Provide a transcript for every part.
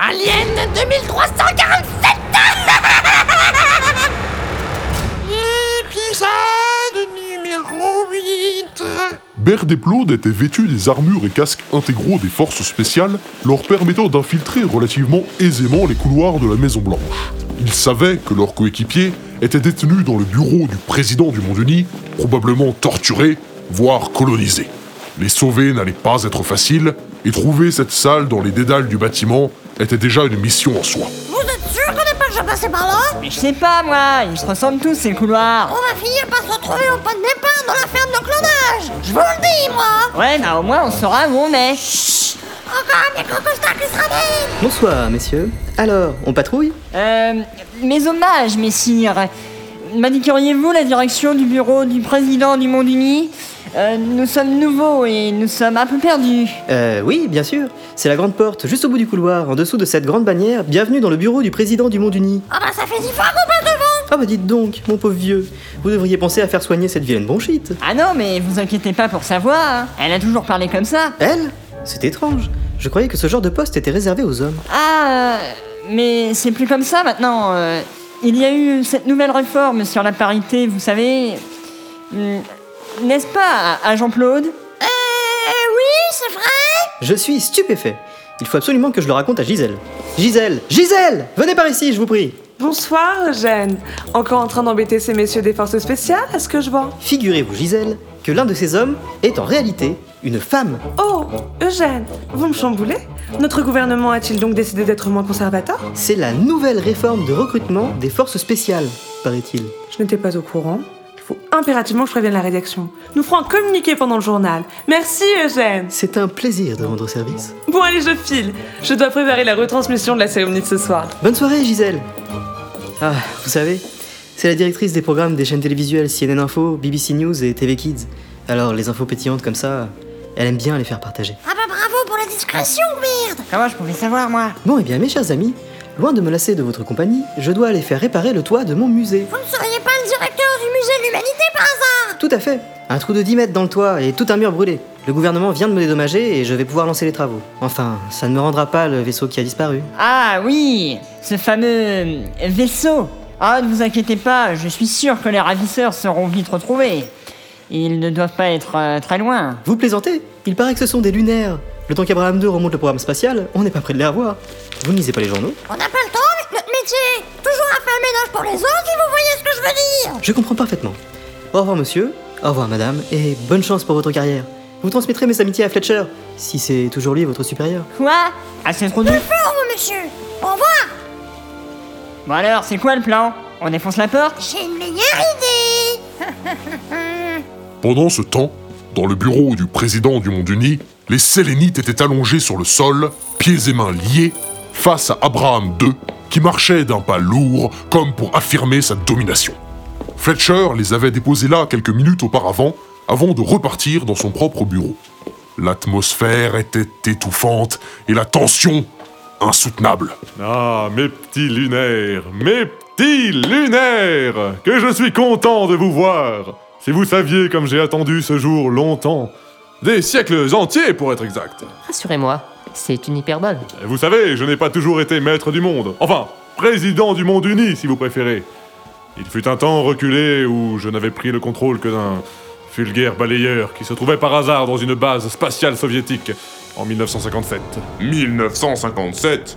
Alien 2347. Épisode numéro 8. Baird et Plaude étaient vêtus des armures et casques intégraux des forces spéciales, leur permettant d'infiltrer relativement aisément les couloirs de la Maison-Blanche. Ils savaient que leurs coéquipiers étaient détenus dans le bureau du président du Monde-Uni, probablement torturés, voire colonisés. Les sauver n'allait pas être facile, et trouver cette salle dans les dédales du bâtiment était déjà une mission en soi. Vous êtes sûr qu'on n'est pas déjà passé par là? Mais je sais pas, moi, ils se ressemblent tous, ces couloirs. On va finir par se retrouver au point de départ dans la ferme de clonage. Je vous le dis, moi. Ouais, bah au moins on saura où on est. Encore un microcostar qui se ramène. Bonsoir, messieurs. Alors, on patrouille? Mes hommages, messire. M'indiqueriez-vous la direction du bureau du président du Monde-Uni? Nous sommes nouveaux et nous sommes un peu perdus. Oui, bien sûr. C'est la grande porte, juste au bout du couloir, en dessous de cette grande bannière. Bienvenue dans le bureau du président du Monde-Uni. Ah bah ça fait 10 fois qu'on passe devant. Ah bah dites donc, mon pauvre vieux. Vous devriez penser à faire soigner cette vilaine bronchite. Ah non, mais vous inquiétez pas pour sa voix, hein. Elle a toujours parlé comme ça. Elle? C'est étrange. Je croyais que ce genre de poste était réservé aux hommes. Mais c'est plus comme ça maintenant. Il y a eu cette nouvelle réforme sur la parité, vous savez. N'est-ce pas, à Jean-Claude? Oui, c'est vrai. Je suis stupéfait. Il faut absolument que je le raconte à Gisèle. Gisèle! Gisèle! Venez par ici, je vous prie. Bonsoir, Eugène. Encore en train d'embêter ces messieurs des forces spéciales, à ce que je vois? Figurez-vous, Gisèle, que l'un de ces hommes est en réalité une femme. Oh, Eugène, vous me chamboulez? Notre gouvernement a-t-il donc décidé d'être moins conservateur? C'est la nouvelle réforme de recrutement des forces spéciales, paraît-il. Je n'étais pas au courant. Il faut impérativement que je prévienne la rédaction. Nous ferons un communiqué pendant le journal. Merci, Eugène. C'est un plaisir de rendre service. Bon, allez, je file. Je dois préparer la retransmission de la cérémonie de ce soir. Bonne soirée, Gisèle. Ah, vous savez, c'est la directrice des programmes des chaînes télévisuelles CNN Info, BBC News et TV Kids. Alors, les infos pétillantes comme ça, elle aime bien les faire partager. Ah bah bravo pour la discrétion, merde. Comment je pouvais savoir, moi? Bon, eh bien, mes chers amis, loin de me lasser de votre compagnie, je dois aller faire réparer le toit de mon musée. Vous ne seriez pas le directeur du musée de l'humanité par hasard? Tout à fait. Un trou de 10 mètres dans le toit et tout un mur brûlé. Le gouvernement vient de me dédommager et je vais pouvoir lancer les travaux. Enfin, ça ne me rendra pas le vaisseau qui a disparu. Ah oui, ce fameux vaisseau. Ah, ne vous inquiétez pas, je suis sûr que les ravisseurs seront vite retrouvés. Ils ne doivent pas être très loin. Vous plaisantez? Il paraît que ce sont des lunaires. Le temps qu'Abraham II remonte le programme spatial, on n'est pas près de les revoir. Vous ne lisez pas les journaux? On n'a pas le temps avec notre métier. Toujours à faire le ménage pour les autres, si vous voyez ce que je veux dire. Je comprends parfaitement. Au revoir monsieur, au revoir madame, et bonne chance pour votre carrière. Vous transmettrez mes amitiés à Fletcher, si c'est toujours lui votre supérieur. Quoi? Ah, c'est trop dur. Plus fort, monsieur. Au revoir. Bon alors, c'est quoi le plan? On défonce la porte? J'ai une meilleure idée. Pendant ce temps, dans le bureau du président du Monde-Uni, les Sélénites étaient allongés sur le sol, pieds et mains liés, face à Abraham II, qui marchait d'un pas lourd, comme pour affirmer sa domination. Fletcher les avait déposés là quelques minutes auparavant, avant de repartir dans son propre bureau. L'atmosphère était étouffante et la tension insoutenable. Ah, mes petits lunaires, que je suis content de vous voir. Si vous saviez comme j'ai attendu ce jour longtemps, des siècles entiers pour être exact. Rassurez-moi, c'est une hyperbole. Vous savez, je n'ai pas toujours été maître du monde. Enfin, président du monde uni, si vous préférez. Il fut un temps reculé où je n'avais pris le contrôle que d'un vulgaire balayeur qui se trouvait par hasard dans une base spatiale soviétique en 1957. 1957 ?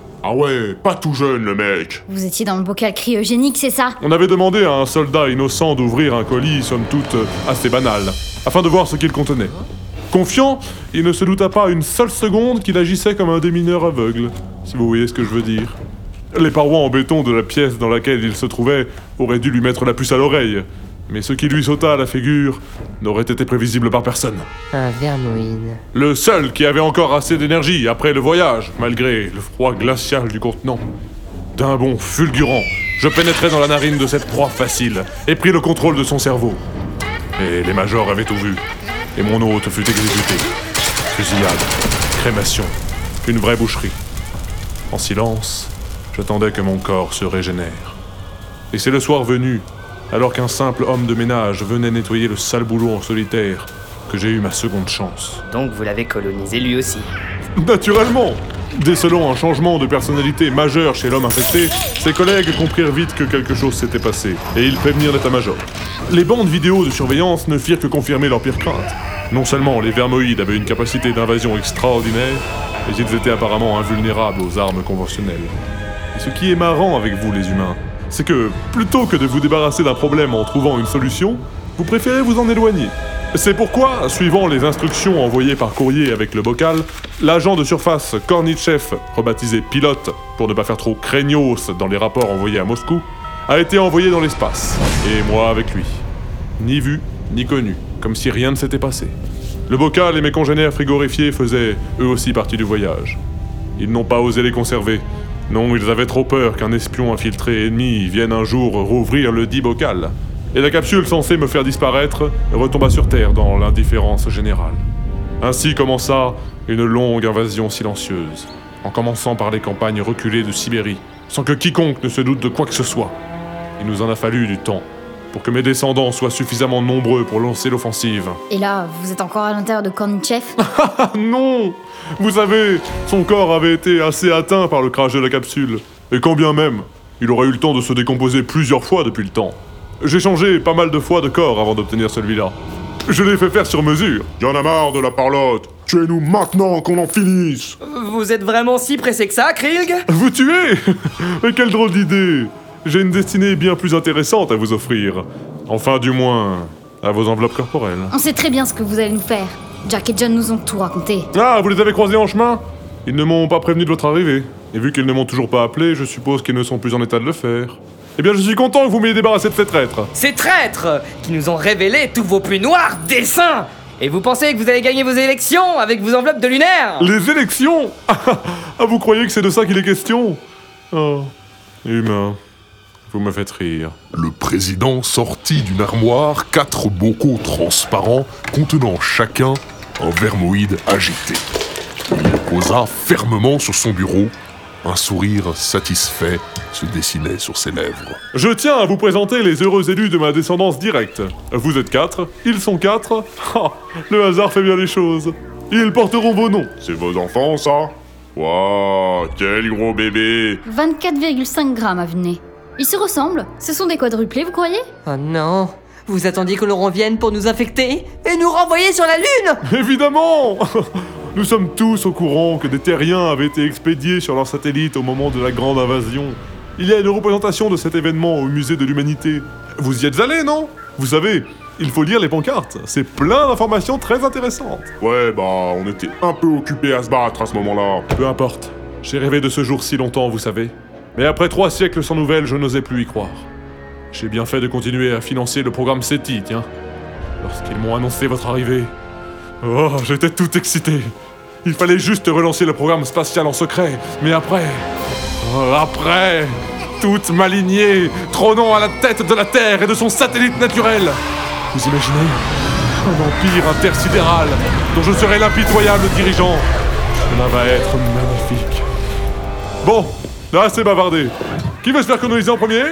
Ah ouais, pas tout jeune le mec. Vous étiez dans le bocal cryogénique, c'est ça? On avait demandé à un soldat innocent d'ouvrir un colis, somme toute assez banal, afin de voir ce qu'il contenait. Confiant, il ne se douta pas une seule seconde qu'il agissait comme un démineur aveugle, si vous voyez ce que je veux dire. Les parois en béton de la pièce dans laquelle il se trouvait auraient dû lui mettre la puce à l'oreille, mais ce qui lui sauta à la figure n'aurait été prévisible par personne. Un vermouine. Le seul qui avait encore assez d'énergie après le voyage, malgré le froid glacial du contenant. D'un bond fulgurant, je pénétrai dans la narine de cette proie facile et pris le contrôle de son cerveau. Et les majors avaient tout vu, et mon hôte fut exécuté. Fusillade, crémation, une vraie boucherie. En silence, j'attendais que mon corps se régénère. Et c'est le soir venu, alors qu'un simple homme de ménage venait nettoyer le sale boulot en solitaire, que j'ai eu ma seconde chance. Donc vous l'avez colonisé lui aussi. Naturellement! Décelant un changement de personnalité majeur chez l'homme infecté, ses collègues comprirent vite que quelque chose s'était passé, et ils prévenirent l'état-major. Les bandes vidéo de surveillance ne firent que confirmer leurs pires craintes. Non seulement les vermoïdes avaient une capacité d'invasion extraordinaire, mais ils étaient apparemment invulnérables aux armes conventionnelles. Et ce qui est marrant avec vous les humains, c'est que, plutôt que de vous débarrasser d'un problème en trouvant une solution, vous préférez vous en éloigner. C'est pourquoi, suivant les instructions envoyées par courrier avec le bocal, l'agent de surface Kornichev, rebaptisé Pilote pour ne pas faire trop craignos dans les rapports envoyés à Moscou, a été envoyé dans l'espace. Et moi avec lui. Ni vu, ni connu, comme si rien ne s'était passé. Le bocal et mes congénères frigorifiés faisaient, eux aussi, partie du voyage. Ils n'ont pas osé les conserver. Non, ils avaient trop peur qu'un espion infiltré ennemi vienne un jour rouvrir le dit bocal. Et la capsule censée me faire disparaître retomba sur Terre dans l'indifférence générale. Ainsi commença une longue invasion silencieuse, en commençant par les campagnes reculées de Sibérie, sans que quiconque ne se doute de quoi que ce soit. Il nous en a fallu du temps, pour que mes descendants soient suffisamment nombreux pour lancer l'offensive. Et là, vous êtes encore à l'intérieur de Kornichev? Ah non! Vous savez, son corps avait été assez atteint par le crash de la capsule. Et quand bien même, il aurait eu le temps de se décomposer plusieurs fois depuis le temps. J'ai changé pas mal de fois de corps avant d'obtenir celui-là. Je l'ai fait faire sur mesure. Y'en a marre de la parlotte. Tuez-nous maintenant qu'on en finisse. Vous êtes vraiment si pressé que ça, Krilg? Vous tuez? Mais quelle drôle d'idée! J'ai une destinée bien plus intéressante à vous offrir. Enfin, du moins, à vos enveloppes corporelles. On sait très bien ce que vous allez nous faire. Jack et John nous ont tout raconté. Ah, vous les avez croisés en chemin? Ils ne m'ont pas prévenu de votre arrivée. Et vu qu'ils ne m'ont toujours pas appelé, je suppose qu'ils ne sont plus en état de le faire. Eh bien, je suis content que vous m'ayez débarrassé de ces traîtres. Ces traîtres qui nous ont révélé tous vos plus noirs desseins. Et vous pensez que vous allez gagner vos élections avec vos enveloppes de lunaire? Les élections? Ah, vous croyez que c'est de ça qu'il est question? Oh, humain, vous me faites rire. Le président sortit d'une armoire 4 bocaux transparents contenant chacun un vermoïde agité. Il le posa fermement sur son bureau. Un sourire satisfait se dessinait sur ses lèvres. Je tiens à vous présenter les heureux élus de ma descendance directe. Vous êtes 4, ils sont 4. Ah, le hasard fait bien les choses. Ils porteront vos noms. C'est vos enfants, ça? Waouh, quel gros bébé! 24,5 grammes à vue de nez. Ils se ressemblent. Ce sont des quadruplés, vous croyez? Oh non! Vous attendiez que l'on revienne pour nous infecter et nous renvoyer sur la Lune? Évidemment! Nous sommes tous au courant que des terriens avaient été expédiés sur leur satellite au moment de la grande invasion. Il y a une représentation de cet événement au musée de l'humanité. Vous y êtes allés, non? Vous savez, il faut lire les pancartes. C'est plein d'informations très intéressantes. Ouais, bah, on était un peu occupés à se battre à ce moment-là. Peu importe. J'ai rêvé de ce jour si longtemps, vous savez. Mais après 3 siècles sans nouvelles, je n'osais plus y croire. J'ai bien fait de continuer à financer le programme SETI, tiens. Lorsqu'ils m'ont annoncé votre arrivée... Oh, j'étais tout excité. Il fallait juste relancer le programme spatial en secret. Mais après... Oh, après... Toute ma lignée, trônant à la tête de la Terre et de son satellite naturel. Vous imaginez? Un empire intersidéral dont je serai l'impitoyable dirigeant. Cela va être magnifique. Bon, là c'est bavardé. Qui veut se faire coloniser en premier?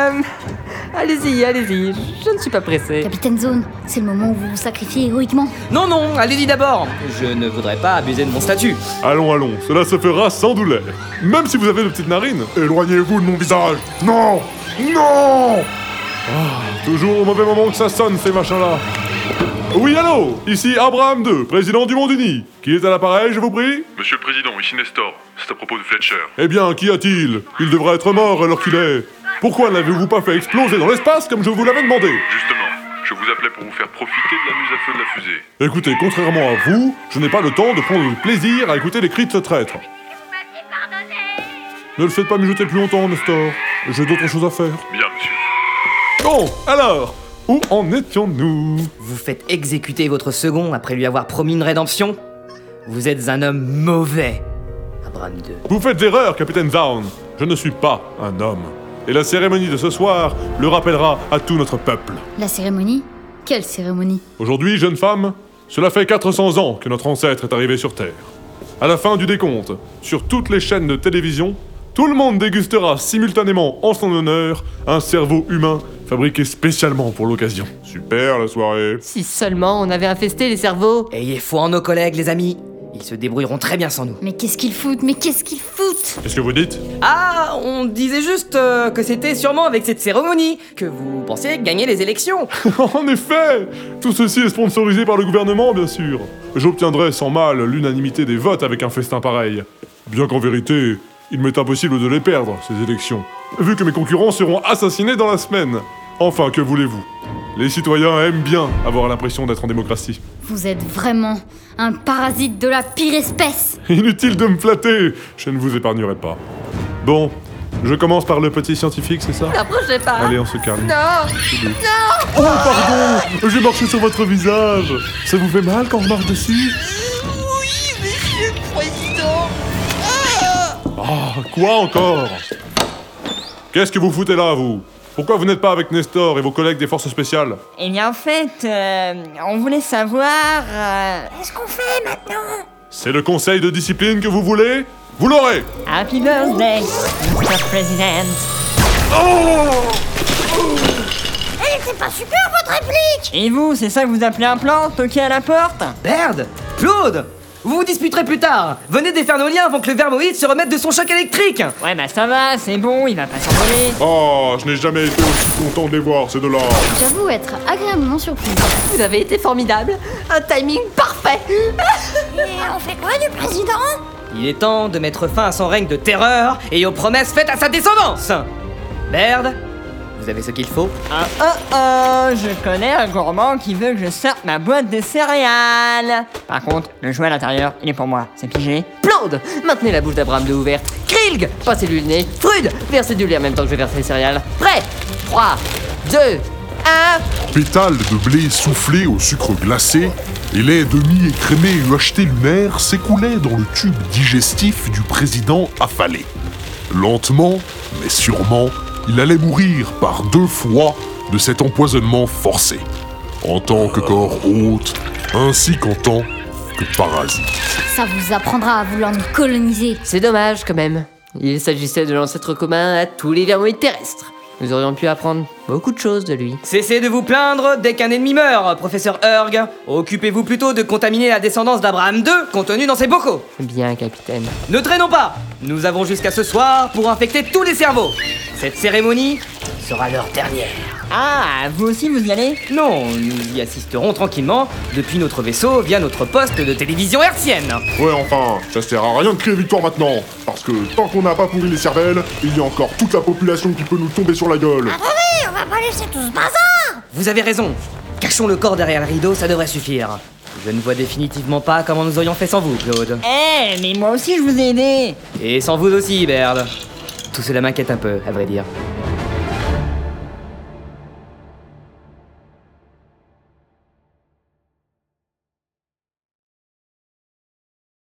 Allez-y, allez-y, je ne suis pas pressé. Capitaine Zone, c'est le moment où vous vous sacrifiez héroïquement. Non, non, allez-y d'abord. Je ne voudrais pas abuser de mon statut. Allons, allons, cela se fera sans douleur. Même si vous avez de petites narines. Éloignez-vous de mon visage! Non! Non! Toujours au mauvais moment que ça sonne, ces machins-là. Oui, allô? Ici Abraham II, président du Monde Uni. Qui est à l'appareil, je vous prie? Monsieur le Président, ici Nestor. C'est à propos de Fletcher. Eh bien, qu'y a-t-il? Il devrait être mort alors qu'il est. Pourquoi n'avez-vous pas fait exploser dans l'espace comme je vous l'avais demandé? Justement, je vous appelais pour vous faire profiter de la mise à feu de la fusée. Écoutez, contrairement à vous, je n'ai pas le temps de prendre du plaisir à écouter les cris de ce traître. Ne le faites pas mijoter plus longtemps, Nestor. J'ai d'autres choses à faire. Bien, monsieur. Bon, alors, où en étions-nous? Vous faites exécuter votre second après lui avoir promis une rédemption? Vous êtes un homme mauvais, Abraham II. Vous faites erreur, Capitaine Zaun. Je ne suis pas un homme. Et la cérémonie de ce soir le rappellera à tout notre peuple. La cérémonie? Quelle cérémonie? Aujourd'hui, jeune femme, cela fait 400 ans que notre ancêtre est arrivé sur Terre. À la fin du décompte, sur toutes les chaînes de télévision, tout le monde dégustera simultanément en son honneur un cerveau humain fabriqué spécialement pour l'occasion. Super la soirée. Si seulement on avait infesté les cerveaux. Ayez foi en nos collègues, les amis. Ils se débrouilleront très bien sans nous. Mais qu'est-ce qu'ils foutent? Mais qu'est-ce qu'ils foutent? Qu'est-ce que vous dites? Ah, on disait juste que c'était sûrement avec cette cérémonie que vous pensiez gagner les élections. En effet! Tout ceci est sponsorisé par le gouvernement, bien sûr. J'obtiendrai sans mal l'unanimité des votes avec un festin pareil. Bien qu'en vérité, il m'est impossible de les perdre, ces élections, vu que mes concurrents seront assassinés dans la semaine. Enfin, que voulez-vous? Les citoyens aiment bien avoir l'impression d'être en démocratie. Vous êtes vraiment un parasite de la pire espèce. Inutile de me flatter, je ne vous épargnerai pas. Bon, je commence par le petit scientifique, c'est ça? N'approchez pas. Allez, on se calme. Non. Oh, pardon! J'ai marché sur votre visage! Ça vous fait mal quand je marche dessus? Oui, monsieur le président. Ah, quoi encore? Qu'est-ce que vous foutez là, vous? Pourquoi vous n'êtes pas avec Nestor et vos collègues des forces spéciales? Eh bien, en fait, on voulait savoir... Qu'est-ce qu'on fait maintenant? C'est le conseil de discipline que vous voulez? Vous l'aurez! Happy birthday, Mr. President. Elle était pas super votre réplique. Et vous, c'est ça que vous appelez un plan, toquer à la porte? Baird! Claude! Vous vous disputerez plus tard. Venez défaire nos liens avant que le vermoïde se remette de son choc électrique. Ouais, bah ça va, c'est bon, il va pas s'envoler. Oh, je n'ai jamais été aussi content de les voir, ces deux-là. J'avoue être agréablement surprise. Vous avez été formidable. Un timing parfait. Et on fait quoi du président? Il est temps de mettre fin à son règne de terreur et aux promesses faites à sa descendance. Baird, vous avez ce qu'il faut? Je connais un gourmand qui veut que je sorte ma boîte de céréales. Par contre, le jouet à l'intérieur, il est pour moi, c'est pigé. Claude, maintenez la bouche d'Abraham 2 ouverte. Krilg, passez-lui le nez. Frude, versez du lait en même temps que je verse les céréales. Prêt? 3, 2, 1... Pétales de blé soufflés au sucre glacé et lait demi-écrémé et UHT lunaire s'écoulaient dans le tube digestif du président affalé. Lentement, mais sûrement, il allait mourir par 2 fois de cet empoisonnement forcé, en tant que corps hôte, ainsi qu'en tant que parasite. Ça vous apprendra à vouloir nous coloniser. C'est dommage quand même. Il s'agissait de l'ancêtre commun à tous les vermoïdes terrestres. Nous aurions pu apprendre beaucoup de choses de lui. Cessez de vous plaindre dès qu'un ennemi meurt, professeur Urg. Occupez-vous plutôt de contaminer la descendance d'Abraham II contenue dans ces bocaux. Bien, capitaine. Ne traînons pas. Nous avons jusqu'à ce soir pour infecter tous les cerveaux. Cette cérémonie sera leur dernière. Ah, vous aussi vous y allez? Non, nous y assisterons tranquillement depuis notre vaisseau via notre poste de télévision hertzienne. Ouais, enfin, ça sert à rien de crier victoire maintenant. Parce que tant qu'on n'a pas pourri les cervelles, il y a encore toute la population qui peut nous tomber sur la gueule. Attendez, on va pas laisser tout ce bazar. Vous avez raison. Cachons le corps derrière le rideau, ça devrait suffire. Je ne vois définitivement pas comment nous aurions fait sans vous, Claude. Eh, mais moi aussi je vous ai aidé. Et sans vous aussi, Baird. Tout cela m'inquiète un peu, à vrai dire.